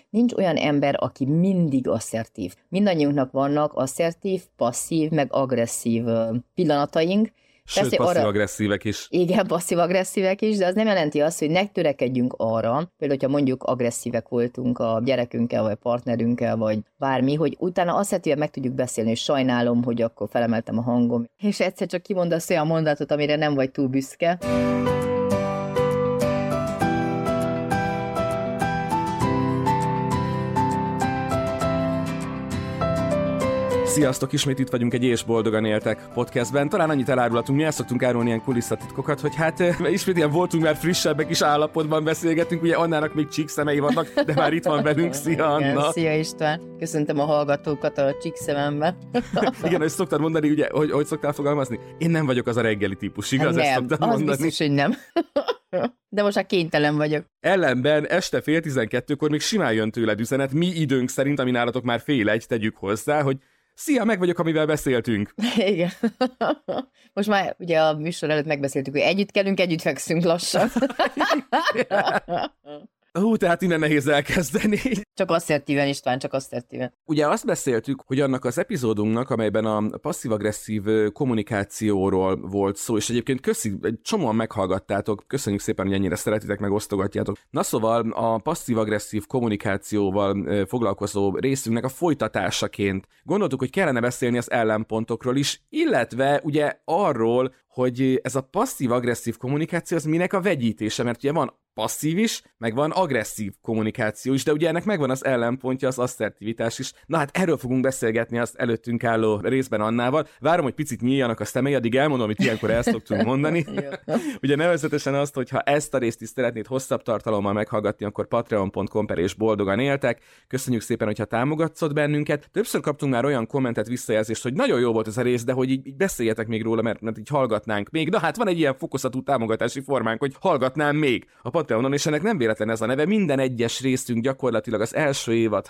nincs olyan ember, aki mindig asszertív. Mindannyiunknak vannak asszertív, passzív, meg agresszív pillanataink. Sőt, passzív-agresszívek is. Igen, passzív-agresszívek is, de az nem jelenti azt, hogy ne törekedjünk arra, például, hogyha mondjuk agresszívek voltunk a gyerekünkkel, vagy partnerünkkel, vagy bármi, hogy utána asszertíven meg tudjuk beszélni, és sajnálom, hogy akkor felemeltem a hangom. És egyszer csak kimondasz olyan mondatot, amire nem vagy túl büszke. Sziasztok, ismét itt vagyunk egy És boldogan éltek podcastben. Talán annyit elárulhatunk, mi el szoktunk árulni ilyen kulisszatitkokat, hogy hát ismét ilyen voltunk már frissebbek is állapotban beszélgetünk, ugye Annának még csíkszemei vannak, de már itt van velünk. Szia, Anna! Szia István! Köszöntöm a hallgatókat a csíkszemembe. Igen, ezt szoktad mondani, ugye, hogy szoktál fogalmazni? Én nem vagyok az a reggeli típus, igaz? Nem, ezt szoktad az mondani? biztos, hogy nem. De most már kénytelen vagyok. Ellenben este 11:30-kor még simán jön tőled üzenet, mi időnk szerint, ami nálatok már 12:30, tegyük hozzá, hogy szia, meg vagyok, amivel beszéltünk. Igen. Most már ugye a műsor előtt megbeszéltük, hogy együtt kellünk, együtt fekszünk lassan. Tehát innen nehéz elkezdeni. Csak asszertíven, István, csak asszertíven. Ugye azt beszéltük, hogy annak az epizódunknak, amelyben a passzív-agresszív kommunikációról volt szó, és egyébként egy csomóan meghallgattátok, köszönjük szépen, hogy ennyire szeretitek, meg osztogatjátok. Na szóval a passzív-agresszív kommunikációval foglalkozó részünknek a folytatásaként gondoltuk, hogy kellene beszélni az ellenpontokról is, illetve ugye arról, hogy ez a passzív-agresszív kommunikáció az minek a vegyítése, mert ugye van passzív is, meg van agresszív kommunikáció is, de ugye ennek megvan az ellenpontja, az asszertivitás is. Na hát erről fogunk beszélgetni az előttünk álló részben Annával. Várom, hogy picit nyíljanak a szemei, addig elmondom, amit ilyenkor el szoktunk mondani. Ugye nevezetesen azt, hogy ha ezt a részt is szeretnéd hosszabb tartalommal meghallgatni, akkor patreon.com/boldogan éltek. Köszönjük szépen, hogyha támogatszod bennünket. Többször kaptunk már olyan kommentet, visszajelzést, hogy nagyon jó volt ez a rész, de hogy így beszéljetek még róla, mert így hallgatnánk még. Na hát van egy ilyen fokozatú támogatási formánk, hogy hallgatnám még a Patreonon, és ennek nem véletlen ez a neve. Minden egyes részünk gyakorlatilag az első évad,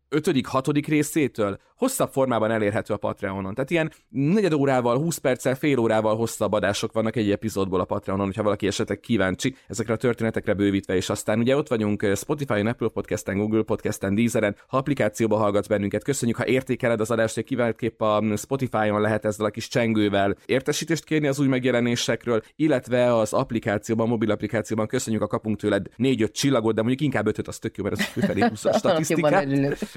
5.-6. részétől hosszabb formában elérhető a Patreonon. Tehát ilyen negyed órával, 20 perccel, fél órával hosszabb adások vannak egy epizódból a Patreonon, hogyha valaki esetleg kíváncsi ezekre a történetekre bővítve, és aztán ugye ott vagyunk Spotify-on, Apple Podcasten, Google Podcasten, Deezeren, ha applikációba hallgatsz bennünket, köszönjük, ha értékeled az adást, hogy kiváltképp a Spotify-on lehet ezzel a kis csengővel értesítést kérni az új megjelenésekről, illetve az applikációban, a mobil applikációban köszönjük, a kapunk tőled 4-5 csillagot, de mondjuk inkább 5-öt, az tök jó, mert az főfelé húsz a statisztikát.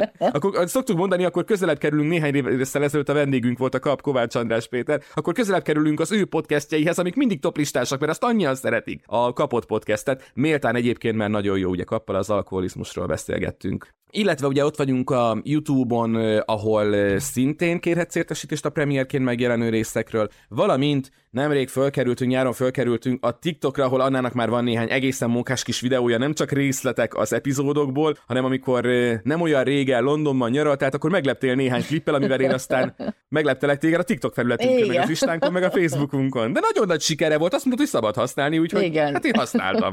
Akkor szoktuk mondani, akkor közelebb kerülünk, néhány évvel ezelőtt a vendégünk volt a Kap, Kovács András Péter, akkor közelebb kerülünk az ő podcastjeihez, amik mindig toplistásak, mert azt annyian szeretik a Kapott podcastet. Méltán egyébként már nagyon jó, ugye Kappal az alkoholizmusról beszélgettünk. Illetve ugye ott vagyunk a YouTube-on, ahol szintén kérhetsz értesítést a premierként megjelenő részekről, valamint nemrég nyáron fölkerültünk a TikTokra, ahol Annának már van néhány egészen mókás kis videója, nem csak részletek az epizódokból, hanem amikor nem olyan régen Londonban nyaraltál, akkor megleptél néhány klippel, amivel én aztán megleptelek téged a TikTok felületünkön, meg az Istánkon, meg a Facebookunkon. De nagyon nagy sikere volt, azt mondtad, hogy szabad használni, úgyhogy hát én használtam.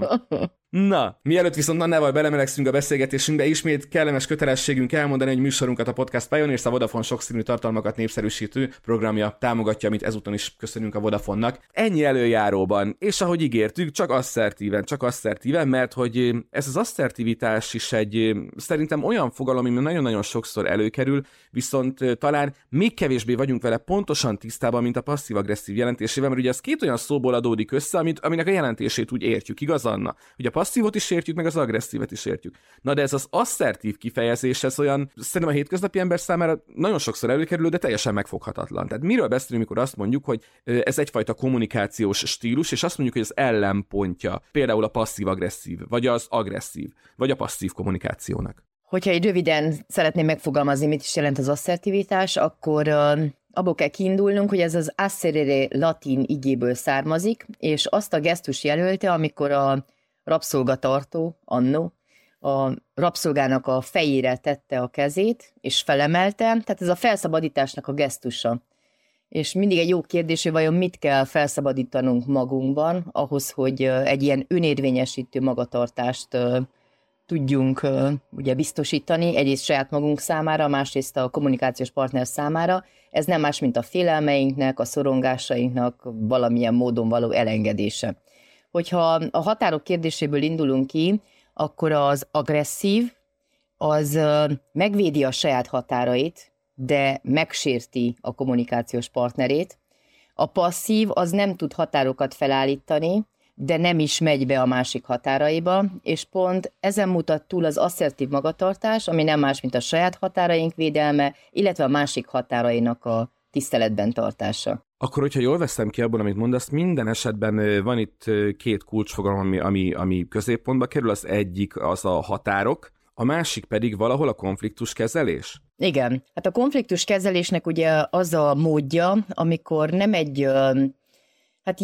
Na, mielőtt viszont Annával belemelegszünk a beszélgetésünkbe, ismét kellemes kötelességünk elmondani, hogy műsorunkat a Podcast Pioneers, a Vodafone sokszínű tartalmakat népszerűsítő programja támogatja, amit ezúton is köszönünk a Vodafonnak. Ennyi előjáróban, és ahogy ígértük, csak asszertíven, mert hogy ez az asszertivitás is egy szerintem olyan fogalom, ami nagyon-nagyon sokszor előkerül, viszont talán még kevésbé vagyunk vele pontosan tisztában, mint a passzív-agresszív jelentésével, mert ugye ez két olyan szóból adódik össze, aminek a jelentését úgy értjük, igaz, Anna? Ugye a passzívot is értjük, meg az agresszívet is értjük. Na de ez az asszertív kifejezés, ez olyan, szerintem a hétköznapi ember számára nagyon sokszor előkerül, de teljesen megfoghatatlan. Tehát miről beszélünk, amikor azt mondjuk, hogy ez egyfajta kommunikációs stílus, és azt mondjuk, hogy az ellenpontja például a passzív-agresszív, vagy az agresszív, vagy a passzív kommunikációnak. Hogyha egy röviden szeretném megfogalmazni, mit is jelent az asszertivitás, akkor abból kell kiindulnunk, hogy ez az asserere latin igéből származik, és azt a gesztus jelölte, amikor a rabszolgatartó, annó, a rabszolgának a fejére tette a kezét, és felemelte, tehát ez a felszabadításnak a gesztusa. És mindig egy jó kérdés, hogy vajon mit kell felszabadítanunk magunkban, ahhoz, hogy egy ilyen önérvényesítő magatartást tudjunk ugye biztosítani, egyrészt saját magunk számára, másrészt a kommunikációs partner számára. Ez nem más, mint a félelmeinknek, a szorongásainknak valamilyen módon való elengedése. Hogyha a határok kérdéséből indulunk ki, akkor az agresszív az megvédi a saját határait, de megsérti a kommunikációs partnerét. A passzív az nem tud határokat felállítani, de nem is megy be a másik határaiba, és pont ezen mutat túl az asszertív magatartás, ami nem más, mint a saját határaink védelme, illetve a másik határainak a tiszteletben tartása. Akkor, hogyha jól veszem ki abból, amit mondasz, minden esetben van itt két kulcsfogalom, ami középpontba kerül, az egyik az a határok, a másik pedig valahol a konfliktuskezelés? Igen. Hát a konfliktuskezelésnek ugye az a módja, amikor nem egy hát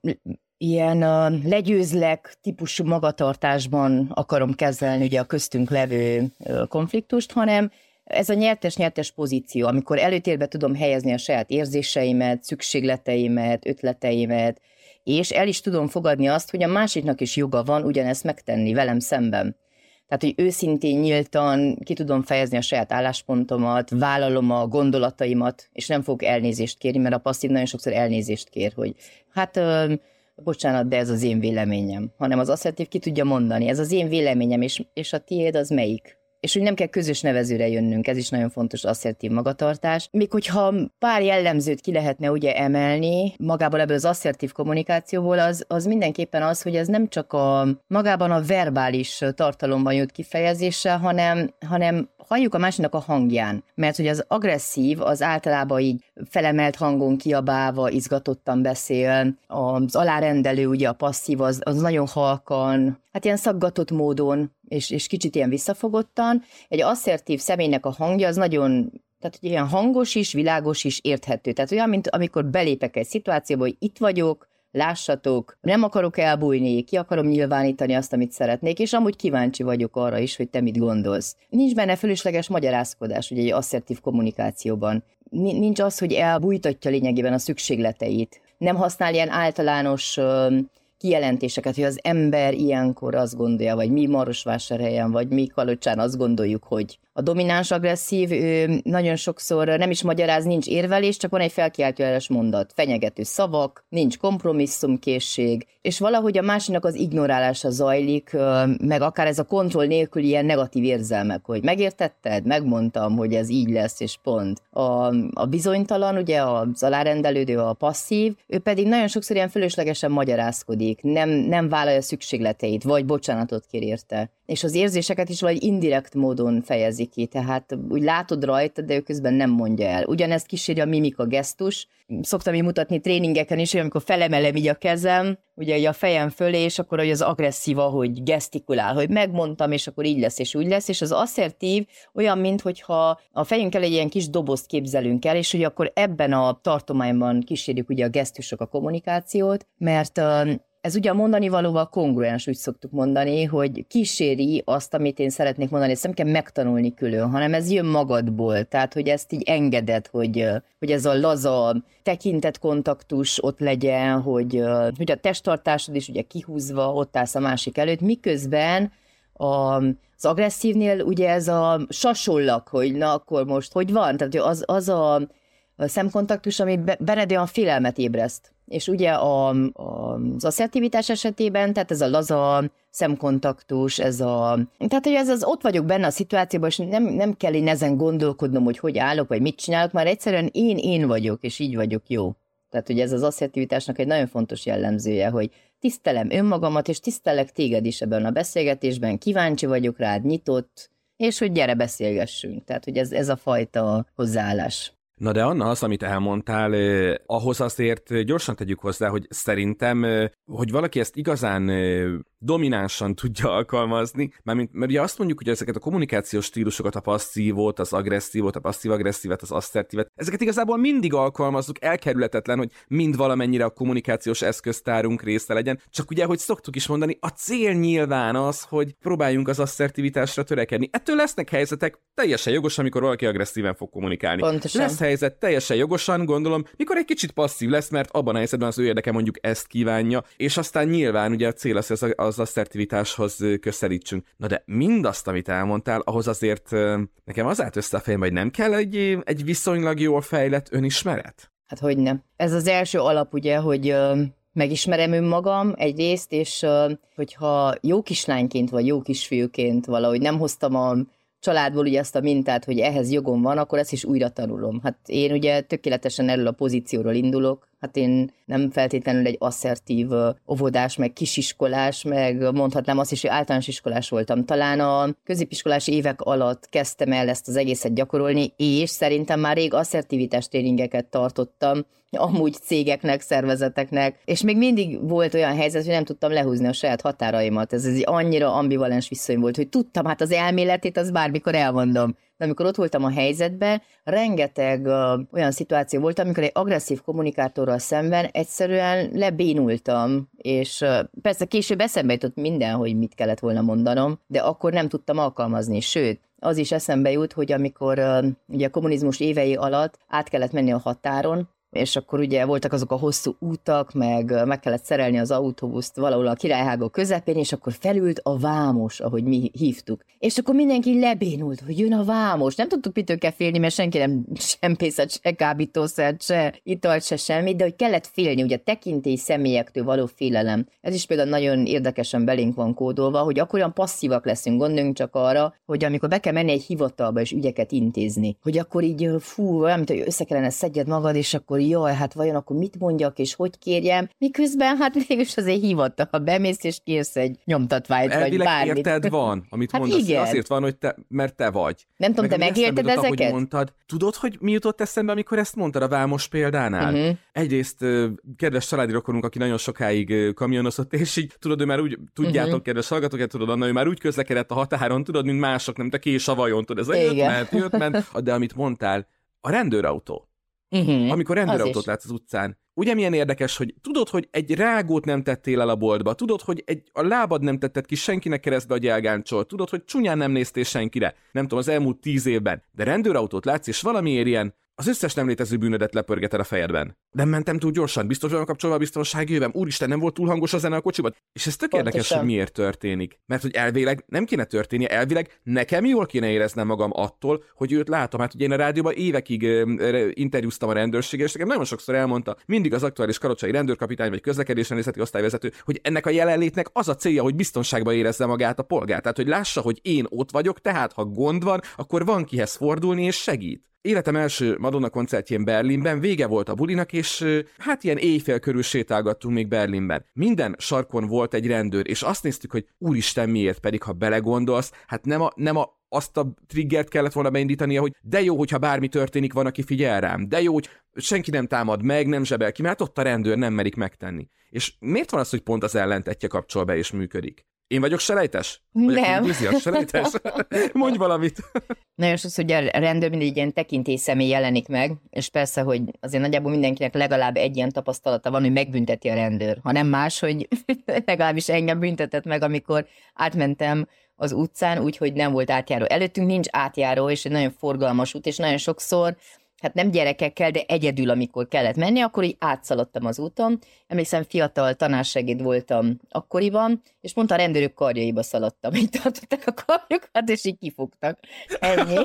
ilyen legyőzlek típusú magatartásban akarom kezelni ugye a köztünk levő konfliktust, hanem ez a nyertes-nyertes pozíció, amikor előtérbe tudom helyezni a saját érzéseimet, szükségleteimet, ötleteimet, és el is tudom fogadni azt, hogy a másiknak is joga van ugyanezt megtenni velem szemben. Tehát, hogy őszintén, nyíltan ki tudom fejezni a saját álláspontomat, vállalom a gondolataimat, és nem fogok elnézést kérni, mert a passzív nagyon sokszor elnézést kér, hogy hát bocsánat, de ez az én véleményem. Hanem az asszertív ki tudja mondani, ez az én véleményem, és a tiéd az melyik? És hogy nem kell közös nevezőre jönnünk, ez is nagyon fontos asszertív magatartás. Még hogyha pár jellemzőt ki lehetne ugye emelni magából ebből az asszertív kommunikációból, az mindenképpen az, hogy ez nem csak magában a verbális tartalomban jut kifejezésre, hanem halljuk a másiknak a hangján. Mert hogy az agresszív az általában így felemelt hangon kiabálva, izgatottan beszél, az alárendelő, ugye a passzív, az nagyon halkan, hát ilyen szaggatott módon, és kicsit ilyen visszafogottan. Egy asszertív személynek a hangja az nagyon, tehát ilyen hangos is, világos is, érthető. Tehát olyan, mint amikor belépek egy szituációba, hogy itt vagyok, lássatok, nem akarok elbújni, ki akarom nyilvánítani azt, amit szeretnék, és amúgy kíváncsi vagyok arra is, hogy te mit gondolsz. Nincs benne fölösleges magyarázkodás, ugye egy asszertív kommunikációban. Nincs az, hogy elbújtatja lényegében a szükségleteit. Nem használ ilyen általános kijelentéseket, hogy az ember ilyenkor azt gondolja, vagy mi Marosvásárhelyen, vagy mi Kalocsán azt gondoljuk, hogy a domináns agresszív, ő nagyon sokszor nem is magyaráz, nincs érvelés, csak van egy felkiáltójeles mondat, fenyegető szavak, nincs kompromisszumkészség, és valahogy a másiknak az ignorálása zajlik, meg akár ez a kontroll nélkül ilyen negatív érzelmek, hogy megértetted, megmondtam, hogy ez így lesz, és pont. A bizonytalan, ugye az alárendelődő, a passzív, ő pedig nagyon sokszor ilyen fölöslegesen magyarázkodik, nem vállalja szükségleteit, vagy bocsánatot kér érte. És az érzéseket is valahogy indirekt módon fejezi ki, tehát úgy látod rajta, de ő közben nem mondja el. Ugyanezt kíséri a mimika gesztus. Szoktam így mutatni tréningeken is, hogy amikor felemelem így a kezem, ugye így a fejem fölé, és akkor hogy az agresszív, hogy gesztikulál, hogy megmondtam, és akkor így lesz, és úgy lesz, és az asszertív olyan, minthogyha a fejünkkel egy ilyen kis dobozt képzelünk el, és hogy akkor ebben a tartományban kísérjük ugye a gesztusok a kommunikációt, mert ez ugye a mondani valóval kongruens, úgy szoktuk mondani, hogy kíséri azt, amit én szeretnék mondani, ezt nem kell megtanulni külön, hanem ez jön magadból, tehát hogy ezt így engeded, hogy ez a laza tekintetkontaktus ott legyen, hogy a testtartásod is ugye kihúzva, ott állsz a másik előtt, miközben az agresszívnél ugye ez a sasollak, hogy na akkor most hogy van, tehát az a szemkontaktus, ami benned olyan félelmet ébreszt. És ugye az asszertivitás esetében, tehát ez a laza szemkontaktus, tehát hogy ez az ott vagyok benne a szituációban, és nem kell én ezen gondolkodnom, hogy állok, vagy mit csinálok, már egyszerűen én vagyok, és így vagyok jó. Tehát ugye ez az asszertivitásnak egy nagyon fontos jellemzője, hogy tisztelem önmagamat, és tisztelek téged is ebben a beszélgetésben, kíváncsi vagyok rád, nyitott, és hogy gyere beszélgessünk. Tehát hogy ez a fajta hozzáállás. Na de Anna, az, amit elmondtál, ahhoz azért gyorsan tegyük hozzá, hogy szerintem, hogy valaki ezt igazán dominánsan tudja alkalmazni, mert ugye azt mondjuk, hogy ezeket a kommunikációs stílusokat, a passzívot, az agresszívot, a passzív-agresszívet, az asszertívet, ezeket igazából mindig alkalmazzuk, elkerülhetetlen, hogy mind valamennyire a kommunikációs eszköztárunk része legyen, csak ugye, hogy szoktuk is mondani, a cél nyilván az, hogy próbáljunk az asszertivitásra törekedni. Ettől lesznek helyzetek teljesen jogos, amikor valaki agresszíven fog kommunikálni. Pontosan. Lesz helyzet teljesen jogosan, gondolom, mikor egy kicsit passzív lesz, mert abban a helyzetben az ő érdeke mondjuk ezt kívánja, és aztán nyilván ugye a cél az asszertivitáshoz közelítsünk. Na de mindazt, amit elmondtál, ahhoz azért nekem az állt össze a fejembe, hogy nem kell egy viszonylag jól fejlett önismeret? Hát hogyne. Ez az első alap ugye, hogy megismerem önmagam egyrészt, és hogyha jó kislányként vagy jó kisfiúként valahogy nem hoztam a családból ugye ezt a mintát, hogy ehhez jogom van, akkor ezt is újra tanulom. Hát én ugye tökéletesen erről a pozícióról indulok, hát én nem feltétlenül egy asszertív óvodás, meg kisiskolás, meg mondhatnám azt is, hogy általános iskolás voltam. Talán a középiskolás évek alatt kezdtem el ezt az egészet gyakorolni, és szerintem már rég asszertivitás tréningeket tartottam, amúgy cégeknek, szervezeteknek, és még mindig volt olyan helyzet, hogy nem tudtam lehúzni a saját határaimat. Ez egy annyira ambivalens viszony volt, hogy tudtam, hát az elméletét az bármikor elmondom. De amikor ott voltam a helyzetben, rengeteg olyan szituáció volt, amikor egy agresszív kommunikátorral szemben egyszerűen lebénultam, és persze később eszembe jutott minden, hogy mit kellett volna mondanom, de akkor nem tudtam alkalmazni, sőt, az is eszembe jut, hogy amikor ugye a kommunizmus évei alatt át kellett menni a határon, és akkor ugye voltak azok a hosszú útak, meg kellett szerelni az autóbuszt valahol a Királyhágó közepén, és akkor felült a vámos, ahogy mi hívtuk. És akkor mindenki lebénult, hogy jön a vámos. Nem tudtuk, mitől kell félni, mert senki nem sempészett, se kábítószert, se italt, se semmit, de hogy kellett félni, ugye tekintély személyektől való félelem. Ez is például nagyon érdekesen belénk van kódolva, hogy akkor olyan passzívak leszünk, gondoljunk csak arra, hogy amikor be kell menni egy hivatalba és ügyeket intézni, hogy akkor így olyan, mint hogy össze kellene szedjed magad, és akkor jaj, hát vajon akkor mit mondjak, és hogy kérjem, miközben hát mégis azért hivatal, ha bemész, és kérsz egy nyomtatványt, vagy bármit. Érted van, amit hát mondasz, igen. azért van, hogy mert te vagy. Nem tudom, te megélted ezeket? Mondtad. Tudod, hogy mi jutott eszembe, amikor ezt mondtad a vámos példánál? Egyrészt kedves családi rokonunk, aki nagyon sokáig kamionozott, és így tudod, ő már úgy, tudjátok, kedves hallgatók, tudod, Anna, ő már úgy közlekedett a határon, tudod, mint mások, nem te kés a vajon, tudod, ez jött, ment, de amit mondtál, a rendőrautó. Amikor rendőrautót látsz az utcán. Ugye milyen érdekes, hogy tudod, hogy egy rágót nem tettél el a boltba, tudod, hogy a lábad nem tetted ki senkinek keresztbe a gyelgánccsol, tudod, hogy csúnyán nem néztél senkire, nem tudom, az elmúlt 10 évben, de rendőrautót látsz, és valamiért ilyen az összes nem létező bűnödet lepörgeted a fejedben. Nem mentem túl gyorsan, biztos van kapcsolva a biztonsági jövem, úristen, nem volt túl hangos a zene a kocsiban. És ez tök érdekes, hogy miért történik. Mert hogy elvileg nem kéne történnie, elvileg nekem jól kéne éreznem magam attól, hogy őt látom. Hát ugye én a rádióban évekig interjúztam a rendőrséggel, és nekem nagyon sokszor elmondta mindig az aktuális kalocsai rendőrkapitány vagy közlekedésrendészeti osztályvezető, hogy ennek a jelenlétnek az a célja, hogy biztonságban érezze magát a polgár. Tehát, hogy lássa, hogy én ott vagyok, tehát ha gond van, akkor van kihez fordulni és segít. Életem első Madonna koncertjén Berlinben, vége volt a bulinak, és hát ilyen éjfél körül sétálgattunk még Berlinben. Minden sarkon volt egy rendőr, és azt néztük, hogy úristen miért, pedig ha belegondolsz, hát nem azt a triggert kellett volna beindítania, hogy de jó, hogyha bármi történik, van, aki figyel rám, de jó, hogy senki nem támad meg, nem zsebel ki, mert ott a rendőr nem merik megtenni. És miért van az, hogy pont az ellentetje kapcsol be és működik? Én vagyok selejtes? Nem. Selejtes? Mondj valamit. Nagyon sokszor, hogy a rendőr mindig egy ilyen tekintély személy jelenik meg, és persze, hogy azért nagyjából mindenkinek legalább egy ilyen tapasztalata van, hogy megbünteti a rendőr. Ha nem más, hogy legalábbis engem büntetett meg, amikor átmentem az utcán, úgyhogy nem volt átjáró. Előttünk nincs átjáró, és egy nagyon forgalmas út, és nagyon sokszor hát nem gyerekekkel, de egyedül, amikor kellett menni, akkor így átszaladtam az úton. Emlékszem, fiatal tanársegéd voltam akkoriban, és pont a rendőrök karjaiba szaladtam. Így tartották a karjukat, és így kifogtak. Ennyi.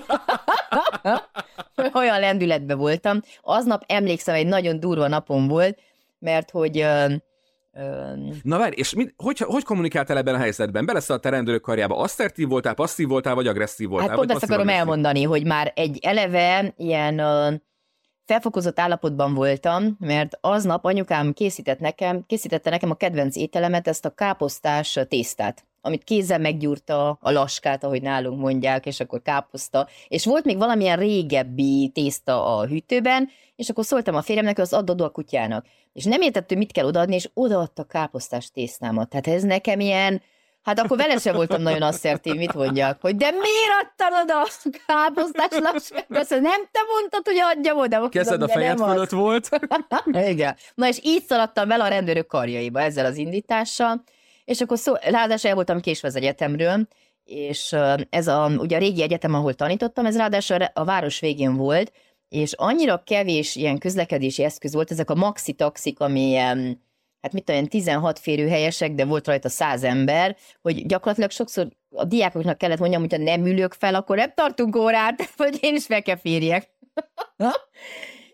Olyan lendületben voltam. Aznap emlékszem, egy nagyon durva napom volt, mert hogy... Na várj, és hogy kommunikáltál ebben a helyzetben? Beleszaladtál rendőrök karjába, asszertív voltál, passzív voltál, vagy agresszív voltál? Hát pont ezt akarom elmondani, hogy már egy eleve ilyen felfokozott állapotban voltam, mert aznap anyukám készítette nekem a kedvenc ételemet, ezt a káposztás tésztát, amit kézzel meggyúrta, a laskát, ahogy nálunk mondják, és akkor káposzta, és volt még valamilyen régebbi tészta a hűtőben, és akkor szóltam a férjemnek, hogy az add oda a kutyának. És nem értett, hogy mit kell odaadni, és odaadta káposztás tésztámat. Tehát ez nekem ilyen, hát akkor vele sem voltam nagyon asszertív, mit mondjak, hogy de miért adtad oda a káposztás laskát? Azt nem te mondtad, hogy adjam oda. Kezed a fejed fölött volt. Igen. Na és így szaladtam vele a rendőrök karjaiba ezzel az indítással, és akkor ráadásul el voltam késve az egyetemről, és ugye a régi egyetem, ahol tanítottam, ez ráadásul a város végén volt, és annyira kevés ilyen közlekedési eszköz volt, ezek a maxi taxik, ami ilyen, hát mit tudom, 16 férőhelyesek, de volt rajta 100 ember, hogy gyakorlatilag sokszor a diákoknak kellett mondjam, hogy ha nem ülök fel, akkor nem tartunk órát, vagy én is fel kell férjek.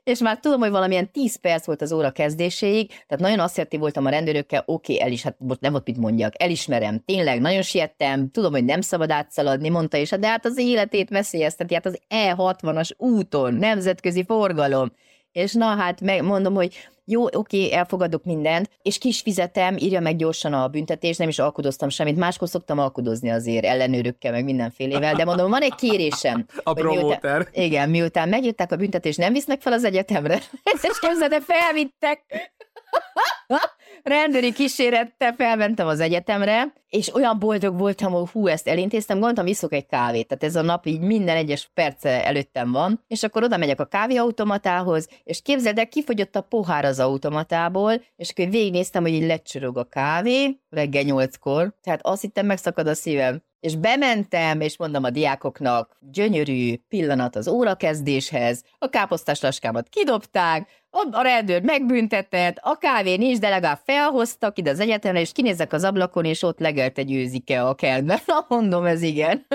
és már tudom, hogy valamilyen 10 perc volt az óra kezdéséig, tehát nagyon asszertív voltam a rendőrökkel, oké, hát most nem ott mit mondjak, elismerem, tényleg, nagyon siettem, tudom, hogy nem szabad átszaladni, mondta is, de hát az életét veszélyezteti, hát az E60-as úton, nemzetközi forgalom. És na hát mondom, hogy jó, oké, elfogadok mindent, és ki is fizetem, írja meg gyorsan a büntetést, nem is alkudoztam semmit, máskor szoktam alkudozni azért ellenőrökkel, meg mindenfélével, de mondom, van egy kérésem. A promóter. Igen, miután megírták a büntetést, nem visznek fel az egyetemre, és képzeld, felvittek. Rendőri kísérettel felmentem az egyetemre, és olyan boldog voltam, hogy ezt elintéztem, gondoltam, iszok egy kávét, tehát ez a nap így minden egyes perce előttem van, és akkor oda megyek a kávéautomatához, és képzeld el, kifogyott a pohár az automatából, és akkor végignéztem, hogy így lecsorog a kávé, reggel 8-kor, tehát azt hittem, megszakad a szívem. És bementem, és mondom a diákoknak, gyönyörű pillanat az órakezdéshez, a káposztás laskámat kidobták, a rendőr megbüntetett, a kávé nincs, de legalább felhoztak ide az egyetemre, és kinézek az ablakon, és ott legelt egy őzike a kertben. Na, mondom, ez igen.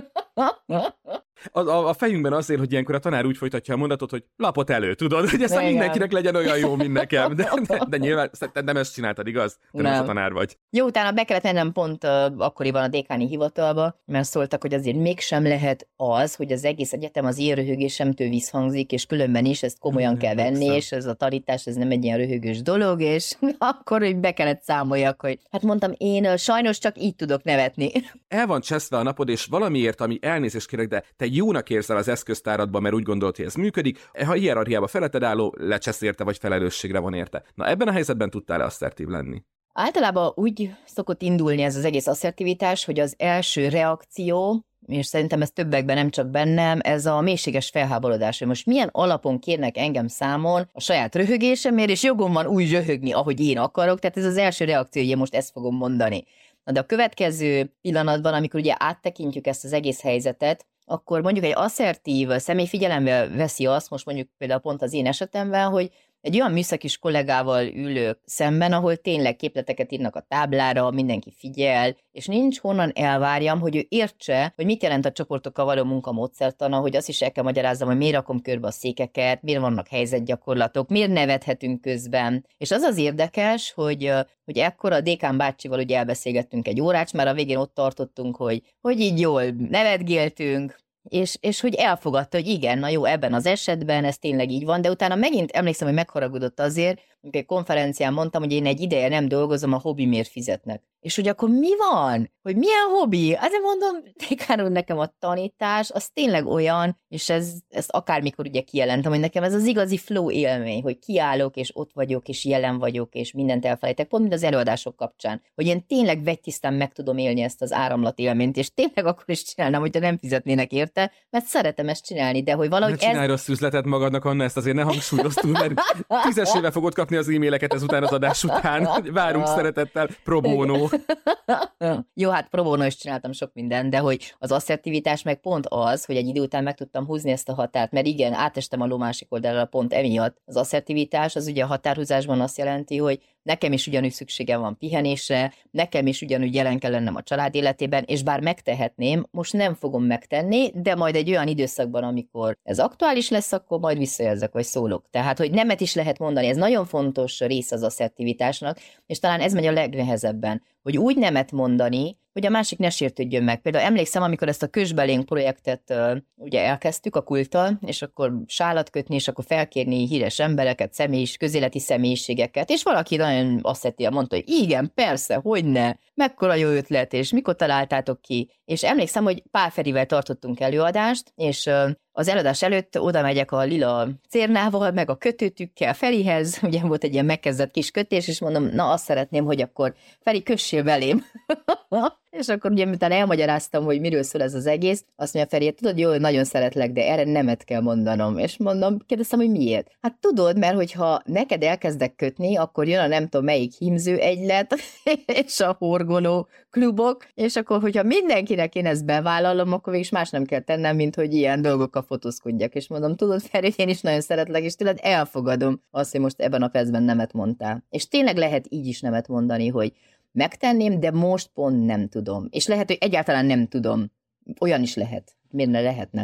A fejünkben azért, hogy ilyenkor a tanár úgy folytatja a mondatot, hogy lapot elő, tudod, hogy ezt mindenkinek legyen olyan jó, mint nekem. De nyilván nem ezt csináltad, igaz? Te nem a tanár vagy. Jó, utána be kellett mennem pont akkoriban a dékáni hivatalba, mert szóltak, hogy azért mégsem lehet az, hogy az egész egyetem az ilyen röhögésemtől visszhangzik, és különben is ezt komolyan kell venni, és ez a tanítás, ez nem egy ilyen röhögős dolog, és akkor úgy be kellett számoljak, hogy hát mondtam, én sajnos csak így tudok nevetni. El van cseszve a napod, és valamiért, ami elnézést kérek, de te jónak érzel az eszköztáradban, mert úgy gondolod, hogy ez működik, ha hierarchiába feletted álló, lecsesz érte, vagy felelősségre van érte. Na ebben a helyzetben tudtál asszertív lenni? Általában úgy szokott indulni ez az egész asszertivitás, hogy az első reakció, és szerintem ez többekben, nem csak bennem, ez a mélységes felháborodás, hogy most milyen alapon kérnek engem számon a saját röhögésemért, és jogom van úgy röhögni, ahogy én akarok, tehát ez az első reakció, hogy én most ezt fogom mondani. Na de a következő pillanatban, amikor ugye áttekintjük ezt az egész helyzetet, akkor mondjuk egy asszertív személy figyelembe veszi azt, most mondjuk például pont az én esetemben, hogy egy olyan műszakis kollégával ülök szemben, ahol tényleg képleteket írnak a táblára, mindenki figyel, és nincs honnan elvárjam, hogy ő értse, hogy mit jelent a csoportokkal való munkamódszertana, hogy azt is el kell magyarázzam, hogy miért rakom körbe a székeket, miért vannak helyzetgyakorlatok, miért nevethetünk közben. És az az érdekes, hogy ekkor a dékán bácsival ugye elbeszélgettünk egy órát, már a végén ott tartottunk, hogy így jól nevetgéltünk, és hogy elfogadta, hogy igen, na jó, ebben az esetben ez tényleg így van, de utána megint emlékszem, hogy megharagudott azért, amikor egy konferencián mondtam, hogy én egy ideje nem dolgozom, a hobbimért fizetnek. És hogy akkor mi van? Hogy milyen hobbi? Azért mondom, dékán úr, nekem a tanítás, az tényleg olyan, és ezt akármikor ugye kijelentem, hogy nekem ez az igazi flow élmény, hogy kiállok, és ott vagyok, és jelen vagyok, és mindent elfelejtek, pont mint az előadások kapcsán, hogy én tényleg vegytisztán meg tudom élni ezt az áramlat élményt, és tényleg akkor is csinálnám, hogyha nem fizetnének érte, mert szeretem ezt csinálni, de hogy valahogy csinálj rossz üzletet magadnak, Anna, ezt azért ne hangsúlyoztunk, mert 10-esével fogod kapni az e-maileket ezután az adás után. Várunk szeretettel, pro bono. Jó, hát pro bono is csináltam sok mindent, de hogy az asszertivitás meg pont az, hogy egy idő után meg tudtam húzni ezt a határt, mert igen, átestem a ló másik oldalra pont emiatt. Az asszertivitás az ugye a határhúzásban azt jelenti, hogy nekem is ugyanúgy szükségem van pihenésre, nekem is ugyanúgy jelen kell lennem a család életében, és bár megtehetném, most nem fogom megtenni, de majd egy olyan időszakban, amikor ez aktuális lesz, akkor majd visszajelzek, vagy szólok. Tehát, hogy nemet is lehet mondani, ez nagyon fontos rész az asszertivitásnak, és talán ez megy a legnehezebben, hogy úgy nemet mondani, hogy a másik ne sértődjön meg. Például emlékszem, amikor ezt a Kösbelénk projektet ugye elkezdtük a Kulttal, és akkor sálat kötni, és akkor felkérni híres embereket, közéleti személyiségeket, és valaki nagyon asszertíven mondta, hogy igen, persze, hogyne, mekkora jó ötlet, és mikor találtátok ki. És emlékszem, hogy Pál Ferivel tartottunk előadást, és az előadás előtt oda megyek a lila cérnával, meg a kötőtükkel Ferihez, ugye volt egy ilyen megkezdett kis kötés, és mondom, na azt szeretném, hogy akkor Feri, kössél velém. És akkor ugye miután elmagyaráztam, hogy miről szól ez az egész, azt mondja Feri, tudod, jó, nagyon szeretlek, de erre nemet kell mondanom. És kérdeztem, hogy miért? Hát tudod, mert hogyha neked elkezdek kötni, akkor jön a nem tudom melyik hímző egylet, és a horgoló klubok, és akkor, hogyha mindenkinek én ezt bevállalom, akkor is más nem kell tennem, mint hogy ilyen dolgokkal fotózkodjak. És mondom, tudod, Feri, én is nagyon szeretlek, és tőled elfogadom azt, hogy most ebben a percben nemet mondtál. És tényleg lehet így is nemet mondani, hogy megtenném, de most pont nem tudom. És lehet, hogy egyáltalán nem tudom. Olyan is lehet. Miért ne lehetne?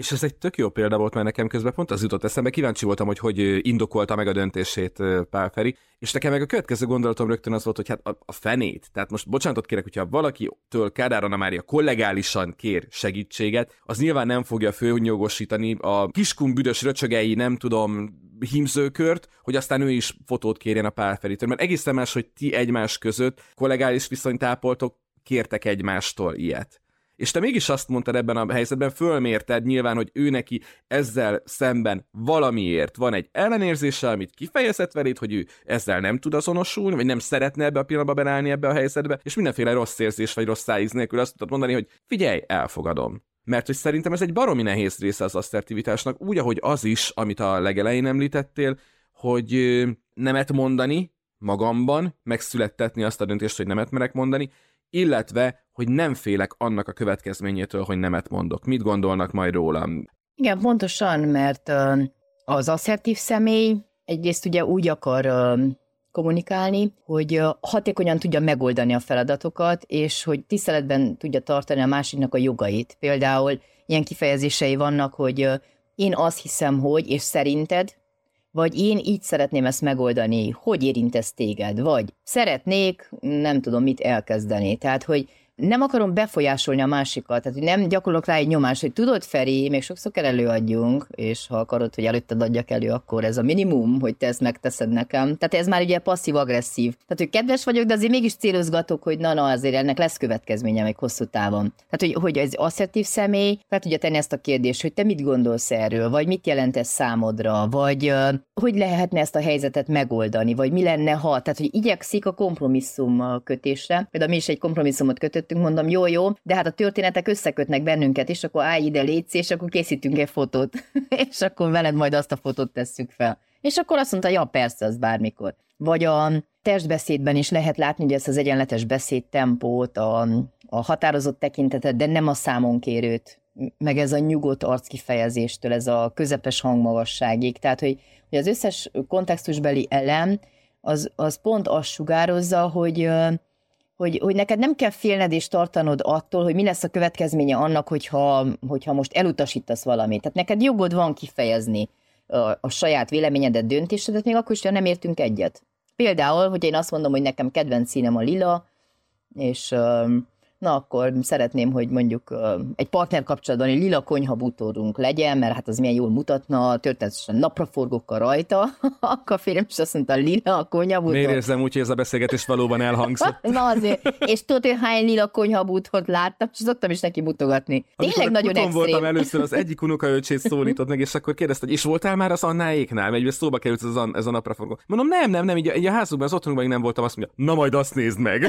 És ez egy tök jó példa volt, mert nekem közben pont az jutott eszembe, kíváncsi voltam, hogy indokolta meg a döntését Pál Feri, és nekem meg a következő gondolatom rögtön az volt, hogy hát a fenét, tehát most bocsánatot kérek, hogyha valakitől Kádár Anna Mária kollegálisan kér segítséget, az nyilván nem fogja fölnyugosítani a kiskun büdös röcsögei, nem tudom, hímzőkört, hogy aztán ő is fotót kérjen a Pál Feritől, mert egészen más, hogy ti egymás között kollegális viszonyt ápoltok, kértek egymástól ilyet. És te mégis azt mondtad ebben a helyzetben, fölmérted nyilván, hogy ő neki ezzel szemben valamiért van egy ellenérzése, amit kifejezett veled, hogy ő ezzel nem tud azonosulni, vagy nem szeretne ebbe a pillanatban beállni ebbe a helyzetbe, és mindenféle rossz érzés vagy rossz szájíz nélkül azt tudod mondani, hogy figyelj, elfogadom. Mert hogy szerintem ez egy baromi nehéz része az asszertivitásnak, úgy, ahogy az is, amit a legelején említettél, hogy nemet mondani magamban, megszülettetni azt a döntést, hogy nemet merek mondani, illetve, hogy nem félek annak a következményétől, hogy nemet mondok. Mit gondolnak majd rólam? Igen, pontosan, mert az asszertív személy egyrészt ugye úgy akar kommunikálni, hogy hatékonyan tudja megoldani a feladatokat, és hogy tiszteletben tudja tartani a másiknak a jogait. Például ilyen kifejezései vannak, hogy én azt hiszem, hogy, és szerinted, vagy én így szeretném ezt megoldani, hogy érint ez téged, vagy szeretnék, nem tudom mit elkezdeni. Tehát, hogy nem akarom befolyásolni a másikat, tehát hogy nem gyakorlok rá egy nyomást, hogy tudod, Feri, még sokszor kell előadjunk, és ha akarod, hogy előtted adjak elő, akkor ez a minimum, hogy te ezt megteszed nekem. Tehát ez már ugye passzív-agresszív. Tehát, hogy kedves vagyok, de azért mégis célozgatok, hogy na, azért ennek lesz következménye még hosszú távon. Tehát, hogy az asszertív személy fel tudja tenni ezt a kérdést, hogy te mit gondolsz erről, vagy mit jelent ez számodra, vagy hogy lehetne ezt a helyzetet megoldani, vagy mi lenne, ha. Tehát, hogy igyekszik a kompromisszum kötésre. Például mi is egy kompromisszumot kötöttünk, mondom, jó, de hát a történetek összekötnek bennünket, és akkor állj ide, létsz, és akkor készítünk egy fotót, és akkor veled majd azt a fotót tesszük fel. És akkor azt mondta, ja, persze, az bármikor. Vagy a testbeszédben is lehet látni, hogy ezt az egyenletes beszédtempót, a határozott tekintetet, de nem a számonkérőt, meg ez a nyugodt arckifejezéstől, ez a közepes hangmagasságig. Tehát, hogy az összes kontextusbeli elem, az pont azt sugározza, hogy neked nem kell félned és tartanod attól, hogy mi lesz a következménye annak, hogyha most elutasítasz valamit. Tehát neked jogod van kifejezni a saját véleményedet, döntésedet, még akkor is, ha nem értünk egyet. Például, hogy én azt mondom, hogy nekem kedvenc színem a lila, és na akkor szeretném, hogy mondjuk egy partner kapcsolatban egy lila konyhabútorunk legyen, mert hát az milyen jól mutatna, történetesen napraforgókkal rajta, akkor a férjem is azt mondta, lila a konyhabútor. Miért érzem úgy, hogy ez a beszélgetés valóban elhangzott? Na azért, és tudod, hogy hány lila konyhabútort láttam, és szoktam is neki mutogatni. Tényleg nagyon extrém. Voltam először, az egyik unokaöcsét szólított meg, és akkor kérdezte, hogy és voltál már az Annáéknál? Mert szóba került ez a napraforgó. Mondom, nem, így a házunkban, az otthonunkban nem voltam, azt mondja, na majd azt nézd meg.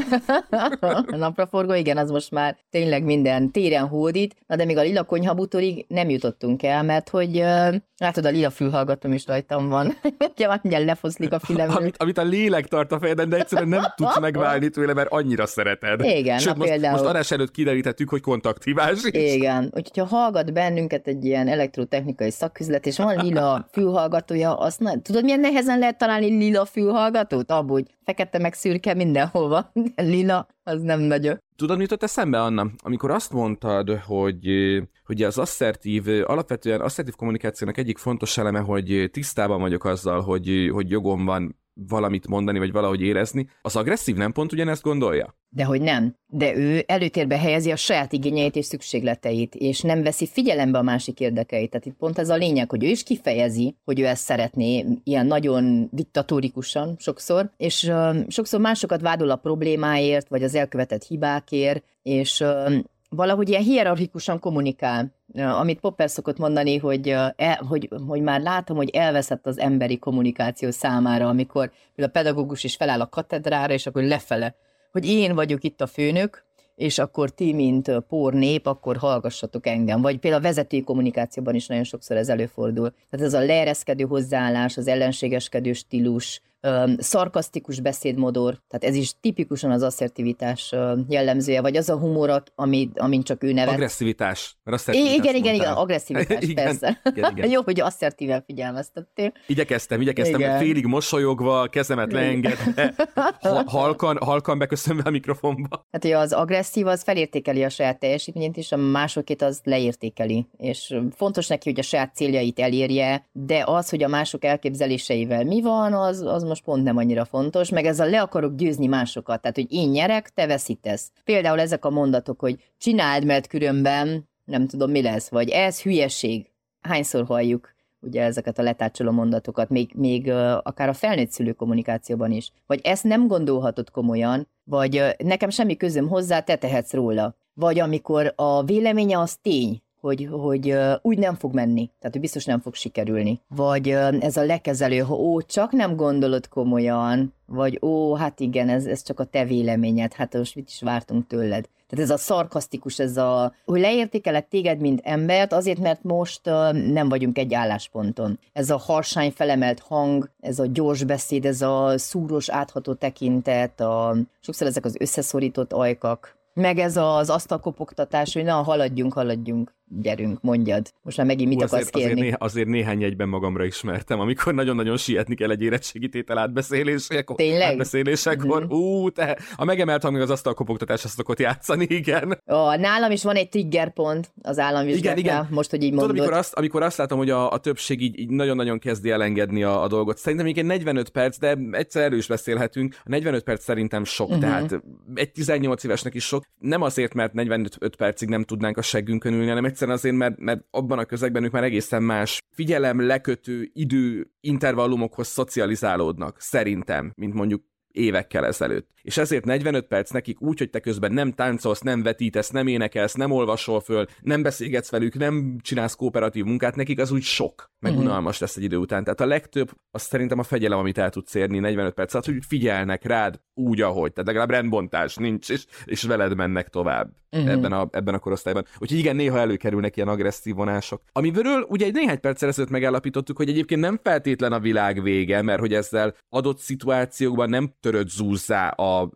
A napraforgó, igen, az most már tényleg minden téren hódít, na de még a lila konyhabútorig nem jutottunk el, mert hogy látod, a lila fülhallgatóm is rajtam van. Mindjárt lefoszlik a fülemről. Amit a lélek tart a fejeden, de egyszerűen nem tudsz megválni tőle, mert annyira szereted. Igen, sőt, most adás előtt kiderítettük, hogy kontakthívás is. Igen, úgyhogy ha hallgat bennünket egy ilyen elektrotechnikai szaküzlet, és van lila fülhallgatója, azt nem. Tudod, milyen nehezen lehet találni lila fülhallgatót? Abban, fekete meg szürke mindenhol van, de lila az nem nagyon. Tudod, mit jutott eszembe, Anna? Amikor azt mondtad, hogy az alapvetően asszertív kommunikációnak egyik fontos eleme, hogy tisztában vagyok azzal, hogy jogom van valamit mondani, vagy valahogy érezni, az agresszív nem pont ugyanezt gondolja? Dehogy nem. De ő előtérbe helyezi a saját igényeit és szükségleteit, és nem veszi figyelembe a másik érdekeit. Tehát itt pont ez a lényeg, hogy ő is kifejezi, hogy ő ezt szeretné, ilyen nagyon diktatórikusan sokszor, és sokszor másokat vádol a problémáért, vagy az elkövetett hibákért, és valahogy ilyen hierarchikusan kommunikál. Amit Popper szokott mondani, hogy már látom, hogy elveszett az emberi kommunikáció számára, amikor a pedagógus is feláll a katedrára, és akkor lefele, hogy én vagyok itt a főnök, és akkor ti, mint nép, akkor hallgassatok engem. Vagy például a vezetői kommunikációban is nagyon sokszor ez előfordul. Tehát ez a leereszkedő hozzáállás, az ellenségeskedő stílus, szarkasztikus beszédmodor, tehát ez is tipikusan az asszertivitás jellemzője, vagy az a humor, amin csak ő nevet. Agresszivitás. Igen, agresszivitás, persze. Igen. Jó, hogy asszertíven figyelmeztettél. Igyekeztem, félig mosolyogva, kezemet leengedve, halkan beköszönve a mikrofonba. Hát ugye az agresszív, az felértékeli a saját teljesítményét, és a másokét az leértékeli. És fontos neki, hogy a saját céljait elérje, de az, hogy a mások elképzeléseivel mi van, az most pont nem annyira fontos, meg ezzel le akarok győzni másokat, tehát, hogy én nyerek, te veszítesz. Például ezek a mondatok, hogy csináld, mert különben nem tudom, mi lesz, vagy ez hülyeség. Hányszor halljuk ugye ezeket a letácsoló mondatokat, még akár a felnőtt szülő kommunikációban is. Vagy ezt nem gondolhatod komolyan, vagy nekem semmi közöm hozzá, te tehetsz róla. Vagy amikor a véleménye az tény, hogy úgy nem fog menni, tehát hogy biztos nem fog sikerülni. Vagy ez a lekezelő, ha csak nem gondolod komolyan, vagy hát igen, ez csak a te véleményed, hát most mit is vártunk tőled. Tehát ez a szarkasztikus, hogy leértékelek téged, mint embert, azért, mert most nem vagyunk egy állásponton. Ez a harsány felemelt hang, ez a gyors beszéd, ez a szúros átható tekintet, sokszor ezek az összeszorított ajkak, meg ez az asztalkopogtatás, hogy haladjunk, gyerünk, mondjad. Most már megint mit akarsz kérni? Azért néhány jegyben magamra ismertem, amikor nagyon-nagyon sietni kell egy érettségítétel átbeszélésekor. Tényleg? A megemelt hang, meg az asztalkopogtatásra szokott játszani, igen. Nálam is van egy triggerpont az államvizsgáknál, most, hogy így mondod. Tudod, amikor azt látom, hogy a többség így nagyon-nagyon kezdi elengedni a dolgot. Szerintem még egy 45 perc, de egyszer erről is beszélhetünk. A 45 perc szerintem sok, tehát egy 18 évesnek is sok. Nem azért, mert 45 percig nem tudnánk a seggünkön ülni, hanem egyszerűen azért, mert abban a közegben ők már egészen más figyelem lekötő idő intervallumokhoz szocializálódnak, szerintem, mint mondjuk évekkel ezelőtt. És ezért 45 perc nekik úgy, hogy te közben nem táncolsz, nem vetítesz, nem énekelsz, nem olvasol föl, nem beszélgetsz velük, nem csinálsz kooperatív munkát, nekik az úgy sok, meg unalmas lesz egy idő után. Tehát a legtöbb, az szerintem a fegyelem, amit el tudsz érni 45 perc alatt, hogy figyelnek rád úgy, ahogy. Tehát legalább rendbontás nincs, és veled mennek tovább ebben a korosztályban. Úgyhogy igen, néha előkerülnek ilyen agresszív vonások. Amiről ugye egy néhány perccel ezelőtt megállapítottuk, hogy egyébként nem feltétlen a világ vége, mert hogy ezzel adott szituációkban nem törött zúzzá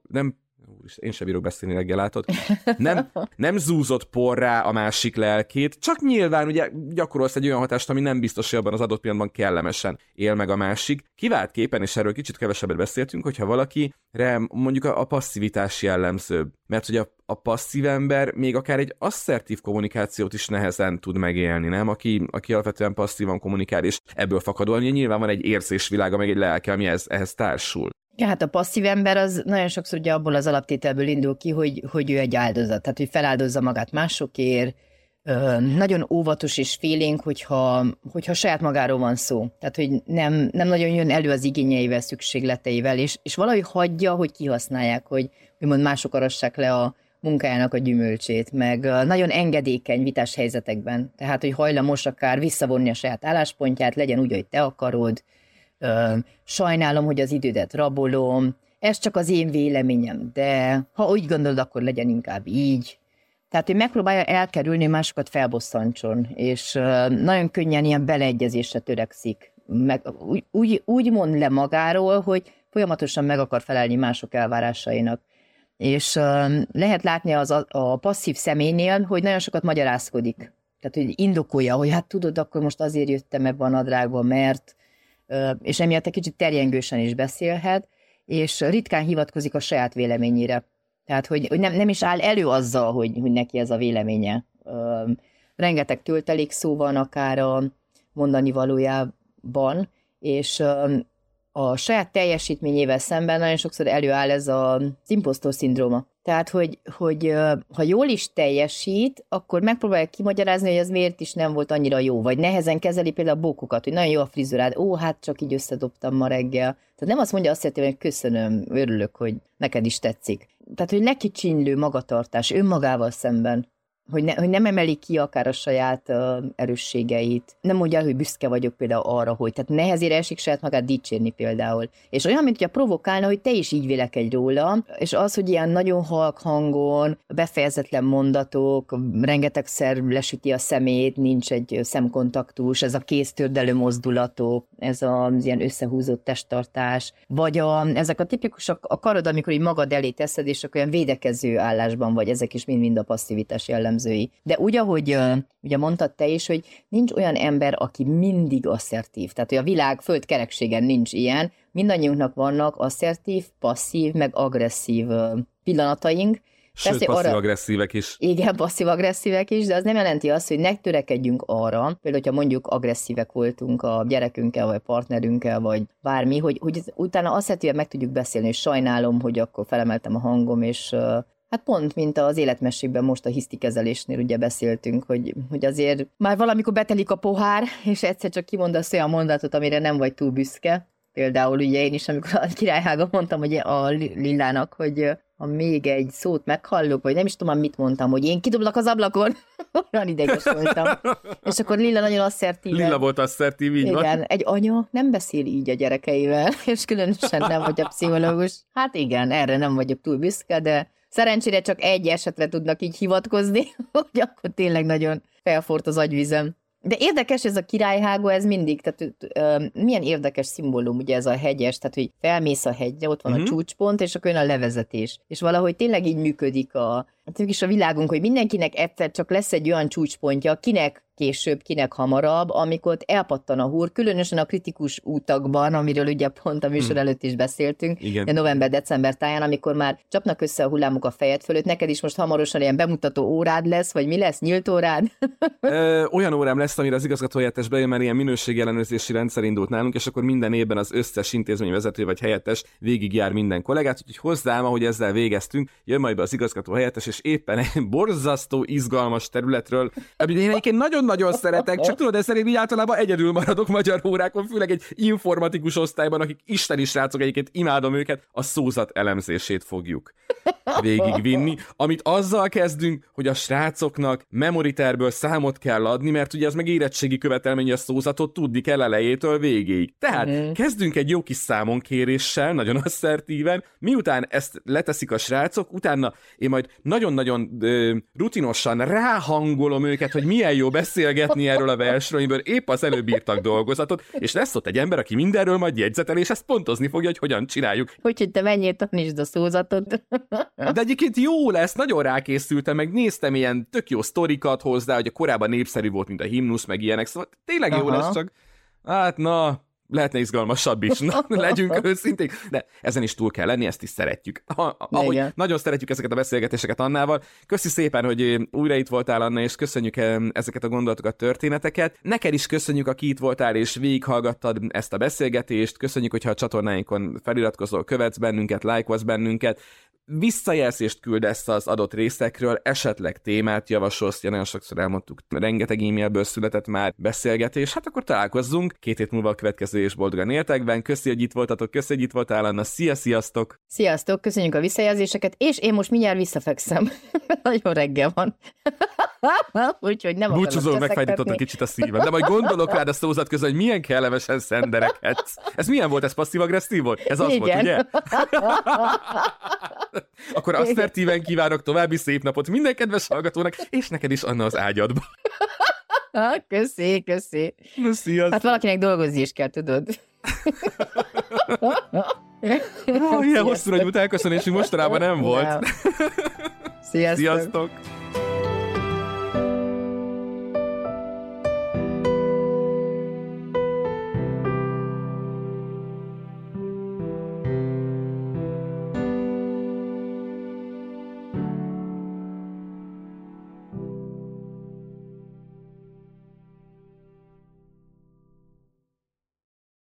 én sem bírok beszélni reggel, látod? Nem zúzott porrá a másik lelkét, csak nyilván ugye gyakorolsz egy olyan hatást, ami nem biztos, hogy abban az adott pillanatban kellemesen él meg a másik. Kiváltképpen, és erről kicsit kevesebbet beszéltünk, hogyha valakire mondjuk a passzivitás jellemzőbb. Mert hogy a passzív ember még akár egy asszertív kommunikációt is nehezen tud megélni, nem? Aki alapvetően passzívan kommunikál, és ebből fakadóan nyilván van egy érzésvilága, meg egy lelke, ami ehhez társul. Ja, hát a passzív ember az nagyon sokszor ugye abból az alaptételből indul ki, hogy ő egy áldozat, tehát hogy feláldozza magát másokért, nagyon óvatos és félénk, hogyha saját magáról van szó. Tehát, hogy nem nagyon jön elő az igényeivel, szükségleteivel, és valahogy hagyja, hogy kihasználják, hogy úgymond mások arassák le a munkájának a gyümölcsét, meg nagyon engedékeny vitás helyzetekben. Tehát, hogy hajlamos akár visszavonni a saját álláspontját, legyen úgy, hogy te akarod, sajnálom, hogy az idődet rabolom, ez csak az én véleményem, de ha úgy gondolod, akkor legyen inkább így. Tehát, hogy megpróbálja elkerülni, hogy másokat felbosszantson, és nagyon könnyen ilyen beleegyezésre törekszik. Úgy mond le magáról, hogy folyamatosan meg akar felelni mások elvárásainak. És lehet látni a passzív személynél, hogy nagyon sokat magyarázkodik. Tehát, hogy indokolja, hogy hát tudod, akkor most azért jöttem ebben a nadrágban, mert és emiatt egy kicsit terjengősen is beszélhet, és ritkán hivatkozik a saját véleményére. Tehát, hogy nem is áll elő azzal, hogy neki ez a véleménye. Rengeteg töltelék szó van akár a mondani valójában, és a saját teljesítményével szemben nagyon sokszor előáll ez az imposztor szindróma. Tehát, hogy ha jól is teljesít, akkor megpróbálja kimagyarázni, hogy ez miért is nem volt annyira jó, vagy nehezen kezeli például a bókokat, hogy nagyon jó a frizurád, hát csak így összedobtam ma reggel. Tehát nem azt mondja, azt jelenti, hogy köszönöm, örülök, hogy neked is tetszik. Tehát, hogy lekicsinylő magatartás önmagával szemben. hogy nem emeli ki akár a saját erősségeit. Nem mondja, hogy büszke vagyok például arra, hogy tehát nehezére esik saját magát dicsérni például. És olyan, mint hogyha provokálna, hogy te is így vélekedj róla, és az, hogy ilyen nagyon halk hangon, befejezetlen mondatok, rengetegszer lesüti a szemét, nincs egy szemkontaktus, ez a kéztördelő mozdulatok, ez az ilyen összehúzott testtartás, vagy ezek a tipikus a karod, amikor így magad elé teszed, és akkor olyan védekező állásban vagy, ezek is mind a passzivitás jellemzői. De úgy, ahogy ugye mondtad te is, hogy nincs olyan ember, aki mindig asszertív. Tehát, hogy a világ földkerekségen nincs ilyen. Mindannyiunknak vannak asszertív, passzív, meg agresszív pillanataink. Sőt, passzív-agresszívek is. Igen, passzív-agresszívek is, de az nem jelenti azt, hogy ne törekedjünk arra, például, hogyha mondjuk agresszívek voltunk a gyerekünkkel, vagy partnerünkkel, vagy bármi, hogy utána asszertíven meg tudjuk beszélni, és sajnálom, hogy akkor felemeltem a hangom, és hát pont, mint az életmességben most a hisztikezelésnél ugye beszéltünk, hogy azért már valamikor betelik a pohár, és egyszer csak kimondasz olyan mondatot, amire nem vagy túl büszke. Például ugye én is, amikor a Királyhágon mondtam hogy a Lillának, hogy ha még egy szót meghallok, vagy nem is tudom, mit mondtam, hogy én kidoblak az ablakon, olyan ideges voltam. És akkor Lilla nagyon asszertív. Lilla volt asszertív, így van. Igen, egy anya nem beszél így a gyerekeivel, és különösen nem vagy a pszichológus. Hát igen, erre nem vagyok túl büszke, de szerencsére csak egy esetre tudnak így hivatkozni, hogy akkor tényleg nagyon felforrt az agyvizem. De érdekes ez a királyhágó, ez mindig, tehát milyen érdekes szimbólum, ugye ez a hegyes, tehát hogy felmész a hegyre, ott van a csúcspont, és akkor jön a levezetés. És valahogy tényleg így működik is a világunk, hogy mindenkinek egyszer csak lesz egy olyan csúcspontja, kinek később, kinek hamarabb, amikor elpattan a húr, különösen a kritikus utakban, amiről ugye pont a műsor előtt is beszéltünk, de november-december táján, amikor már csapnak össze a hullámok a fejed fölött, neked is most hamarosan ilyen bemutató órád lesz, vagy mi lesz, nyílt órád? Olyan órám lesz, amire az igazgatóhelyettes bejön, mert ilyen minőségellenőrzési rendszer indult nálunk, és akkor minden évben az összes intézményvezető vagy helyettes végigjár minden kollégát, úgyhogy hozzám, ahogy ezzel végeztünk, jön majd be az igazgatóhelyettes, és éppen egy borzasztó izgalmas területről, amit én egyébként nagyon-nagyon szeretek, csak tudod, ezzel én így általában egyedül maradok magyar órákon, főleg egy informatikus osztályban, akik isteni srácok, egyébként imádom őket, a szózat elemzését fogjuk végigvinni, amit azzal kezdünk, hogy a srácoknak memoriterből számot kell adni, mert ugye az meg érettségi követelmény, a szózatot tudni kell elejétől végéig. Tehát kezdünk egy jó kis számonkéréssel, nagyon asszertíven, miután ezt leteszik a srácok, utána én majd nagyon-nagyon rutinosan ráhangolom őket, hogy milyen jó beszélgetni erről a versről, amiből épp az előbb írtak dolgozatot, és lesz ott egy ember, aki mindenről majd jegyzetel, és ezt pontozni fogja, hogy hogyan csináljuk. Úgyhogy te menjél, tanítsd a szózatot. De egyébként jó lesz, nagyon rákészültem, meg néztem ilyen tök jó sztorikat hozzá, hogy a korábban népszerű volt, mint a himnusz, meg ilyenek, szóval tényleg jó lesz, csak hát na, lehetne izgalmasabb is, na, legyünk őszinték, de ezen is túl kell lenni, ezt is szeretjük. Ahogy nagyon szeretjük ezeket a beszélgetéseket Annával. Köszi szépen, hogy újra itt voltál, Anna, és köszönjük ezeket a gondolatokat, történeteket. Neked is köszönjük, aki itt voltál, és végighallgattad ezt a beszélgetést. Köszönjük, hogyha a csatornáinkon feliratkozol, követsz bennünket, lájkolsz bennünket. Visszajelzést küldesz az adott részekről, esetleg témát javasolsz, nagyon sokszor elmondtuk, rengeteg e-mailből született már beszélgetés, hát akkor találkozzunk 2 hét múlva a következő és boldogan éltekben. Köszi, hogy itt voltatok, köszi, hogy itt voltál, Anna, sziasztok! Sziasztok, köszönjük a visszajelzéseket, és én most mindjárt visszafekszem. Nagyon reggel van. Úgyhogy nem búcsúzol, megfájdított egy kicsit a szívem, de majd gondolok rád a szózat közben, hogy milyen kellemesen szenderekhetsz. Ez milyen volt? Ez passzív-agresszív volt? Ez az volt, ugye? Akkor asszertíven kívánok további szép napot minden kedves hallgatónak, és neked is, Anna, az ágyadba. Köszi. Na, sziasztok. Hát valakinek dolgozni is kell, tudod. Ilyen hosszú nagy utánköszönésünk mostanában nem volt. Sziasztok.